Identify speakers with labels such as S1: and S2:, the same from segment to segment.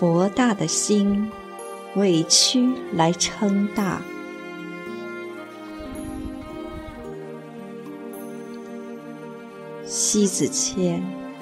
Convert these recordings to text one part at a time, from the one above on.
S1: 博大的心，委屈来撑大。西子谦。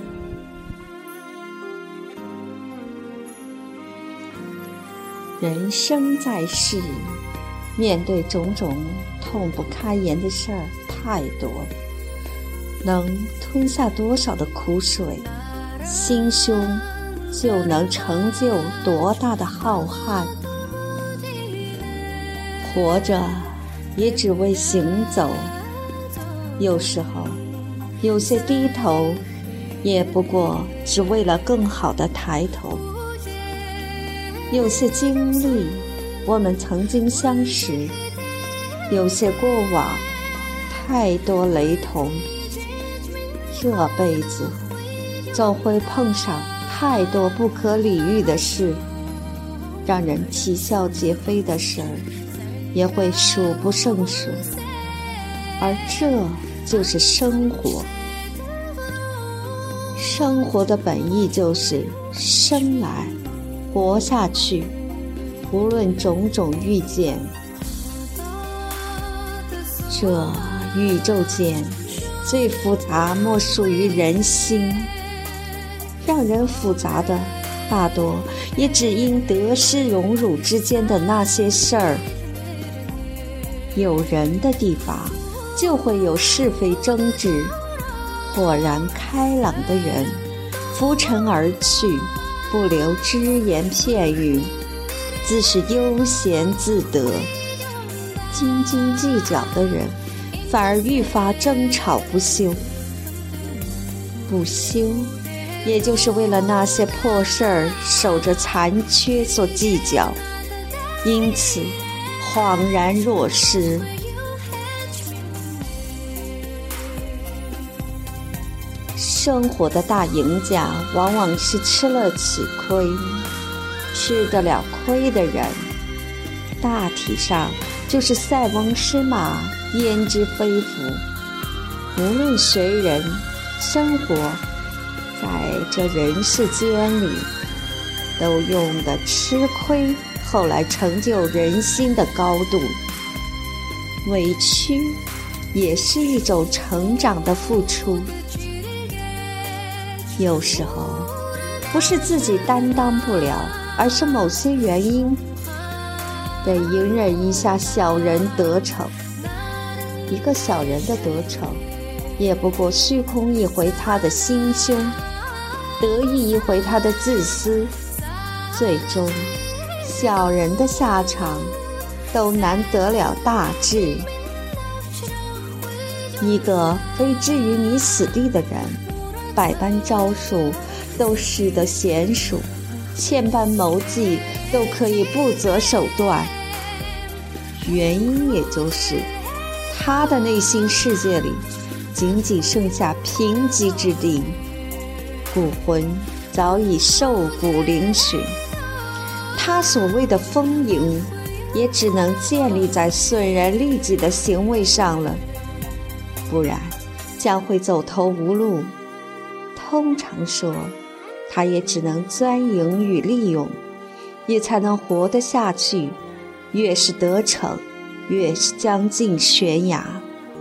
S1: 人生在世，面对种种痛不堪言的事儿太多，能吞下多少的苦水，心胸就能成就多大的浩瀚。活着也只为行走，有时候有些低头，也不过只为了更好的抬头。有些经历我们曾经相识，有些过往太多雷同。这辈子总会碰上太多不可理喻的事，让人啼笑皆非的事儿也会数不胜数，而这就是生活。生活的本意就是生来活下去，无论种种遇见。这宇宙间最复杂莫属于人心，让人复杂的大多也只因得失荣辱之间的那些事儿。有人的地方就会有是非争执，豁然开朗的人浮沉而去，不留只言片语，自是悠闲自得。斤斤计较的人反而愈发争吵不休，不休也就是为了那些破事儿守着残缺所计较，因此恍然若失。生活的大赢家往往是吃了起亏，吃得了亏的人大体上就是塞翁失马焉知非福。无论谁人生活在这人世间里，都用的吃亏后来成就人心的高度。委屈也是一种成长的付出，有时候不是自己担当不了，而是某些原因得隐忍一下小人得逞。一个小人的得逞，也不过虚空一回他的心胸，得意一回他的自私，最终小人的下场都难得了大志。一个非置于你死地的人，百般招数都使得娴熟，千般谋计都可以不择手段。原因也就是他的内心世界里仅仅剩下贫瘠之地，骨魂早已瘦骨嶙峋。他所谓的丰盈也只能建立在损人利己的行为上了，不然将会走投无路。通常说，他也只能钻营与利用，也才能活得下去。越是得逞，越是将近悬崖。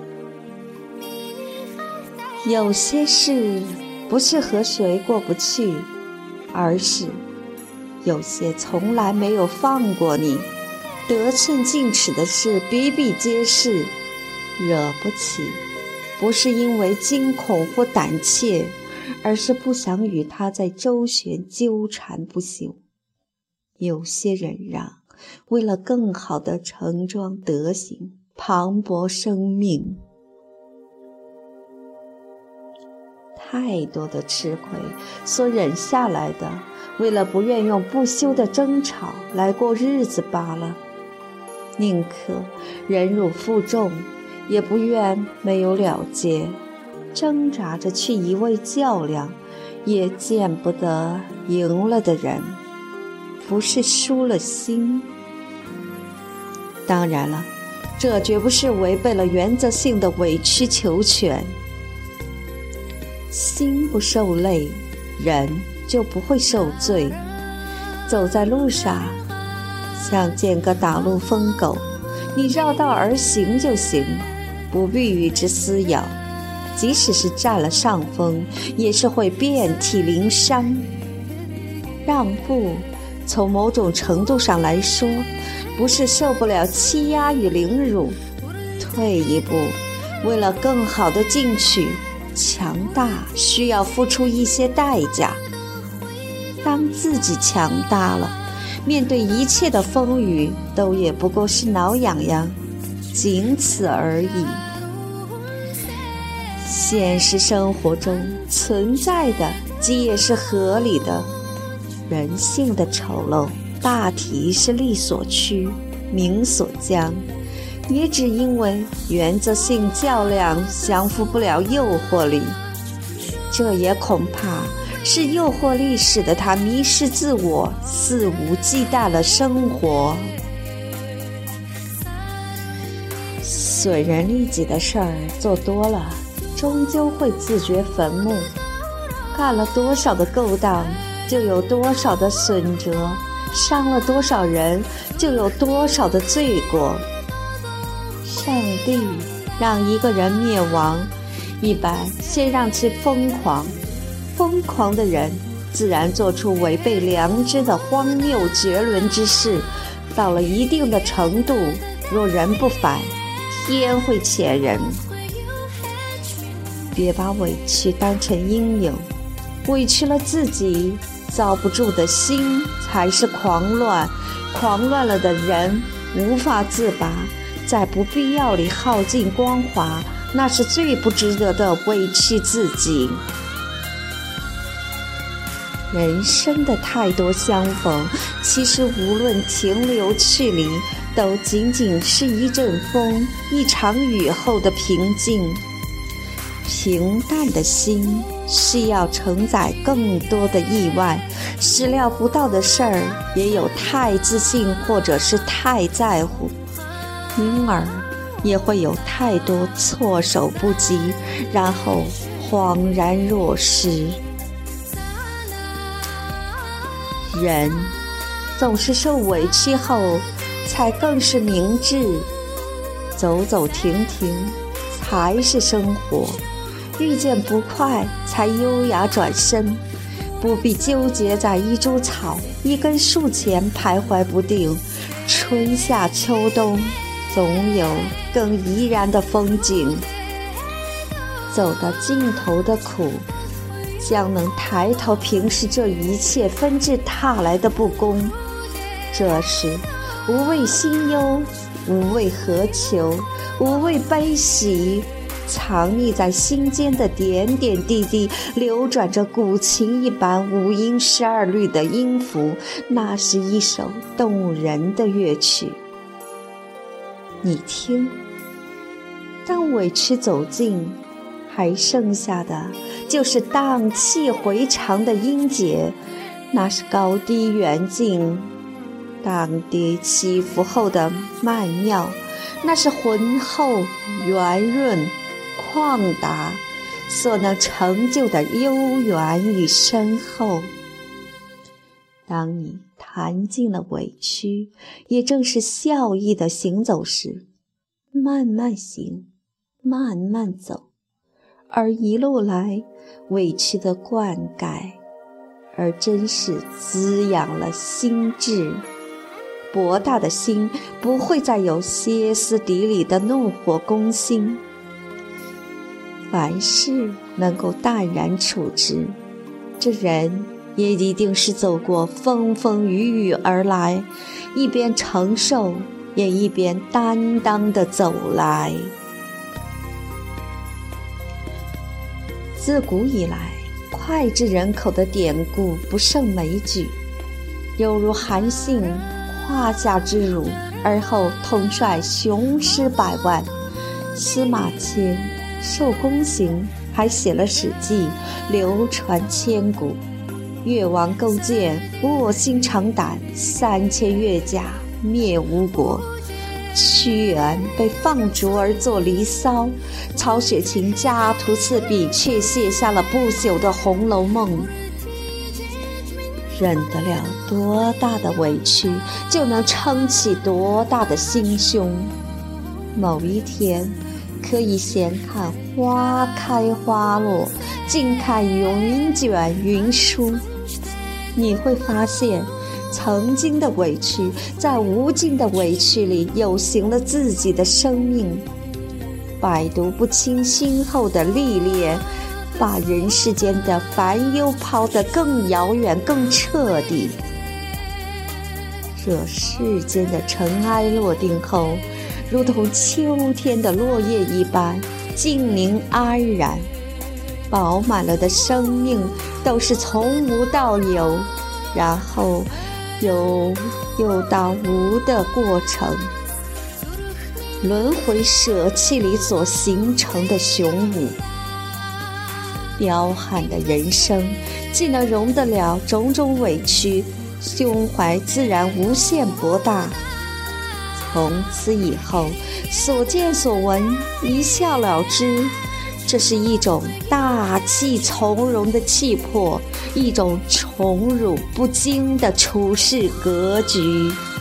S1: 有些事不是和谁过不去，而是有些从来没有放过你。得寸进尺的事比比皆是，惹不起，不是因为惊恐或胆怯，而是不想与他在周旋纠缠不休。有些忍让，为了更好地盛装德行，磅礴生命。太多的吃亏所忍下来的，为了不愿用不休的争吵来过日子罢了。宁可忍辱负重，也不愿没有了结。挣扎着去一味较量，也见不得赢了的人，不是输了心。当然了，这绝不是违背了原则性的委曲求全。心不受累，人就不会受罪。 走在路上，想见个挡路疯狗，你绕道而行就行，不必与之撕咬。即使是占了上风，也是会遍体鳞伤。让步，从某种程度上来说，不是受不了欺压与凌辱，退一步，为了更好的进取，强大需要付出一些代价。当自己强大了，面对一切的风雨，都也不过是挠痒痒，仅此而已。现实生活中存在的既也是合理的，人性的丑陋大体是力所趋，民所将，也只因为原则性较量降服不了诱惑力。这也恐怕是诱惑力使得他迷失自我，肆无忌惮了生活。损人利己的事儿做多了，终究会自掘坟墓。干了多少的勾当，就有多少的损折；伤了多少人，就有多少的罪过。上帝让一个人灭亡，一般先让其疯狂，疯狂的人自然做出违背良知的荒谬绝伦之事。到了一定的程度，若人不反，天会谴人。别把委屈当成阴影，委屈了自己，遭不住的心才是狂乱，狂乱了的人无法自拔，在不必要里耗尽光华，那是最不值得的委屈自己。人生的太多相逢，其实无论停留去离，都仅仅是一阵风，一场雨后的平静。平淡的心需要承载更多的意外，始料不到的事儿也有太自信或者是太在乎，因而也会有太多措手不及，然后恍然若失。人总是受委屈后才更是明智，走走停停才是生活，遇见不快才优雅转身，不必纠结在一株草一根树前徘徊不定，春夏秋冬总有更怡然的风景。走到尽头的苦，将能抬头平视这一切纷至沓来的不公。这时无畏心忧，无畏何求，无畏悲喜，藏匿在心间的点点滴滴，流转着古琴一般五音12律的音符，那是一首动人的乐曲。你听，当委屈走尽，还剩下的就是荡气回肠的音节，那是高低远近荡跌起伏后的曼妙，那是浑厚圆润旷达所能成就的悠远与深厚。当你弹尽了委屈，也正是笑意的行走时，慢慢行，慢慢走，而一路来委屈的灌溉，而真是滋养了心智。博大的心不会再有歇斯底里的怒火攻心，凡事能够淡然处之，这人也一定是走过风风雨雨而来，一边承受也一边担当地走来。自古以来，脍炙人口的典故不胜枚举，犹如韩信胯下之辱，而后统帅雄师100万；司马迁受宫刑，还写了《史记》，流传千古。越王勾践卧薪尝胆，3000越甲灭吴国。屈原被放逐而作《离骚》，曹雪芹家徒四壁，却写下了不朽的《红楼梦》。 忍得了多大的委屈，就能撑起多大的心胸。某一天，可以闲看花开花落，静看云卷云舒。你会发现，曾经的委屈，在无尽的委屈里有形了自己的生命。百毒不侵心后的历练，把人世间的烦忧抛得更遥远更彻底。这世间的尘埃落定后，如同秋天的落叶一般静宁安然。饱满了的生命都是从无到有，然后有到无的过程。轮回舍弃里所形成的雄武彪悍的人生，既能容得了种种委屈，胸怀自然无限博大。从此以后，所见所闻一笑了之，这是一种大气从容的气魄，一种宠辱不惊的处世格局。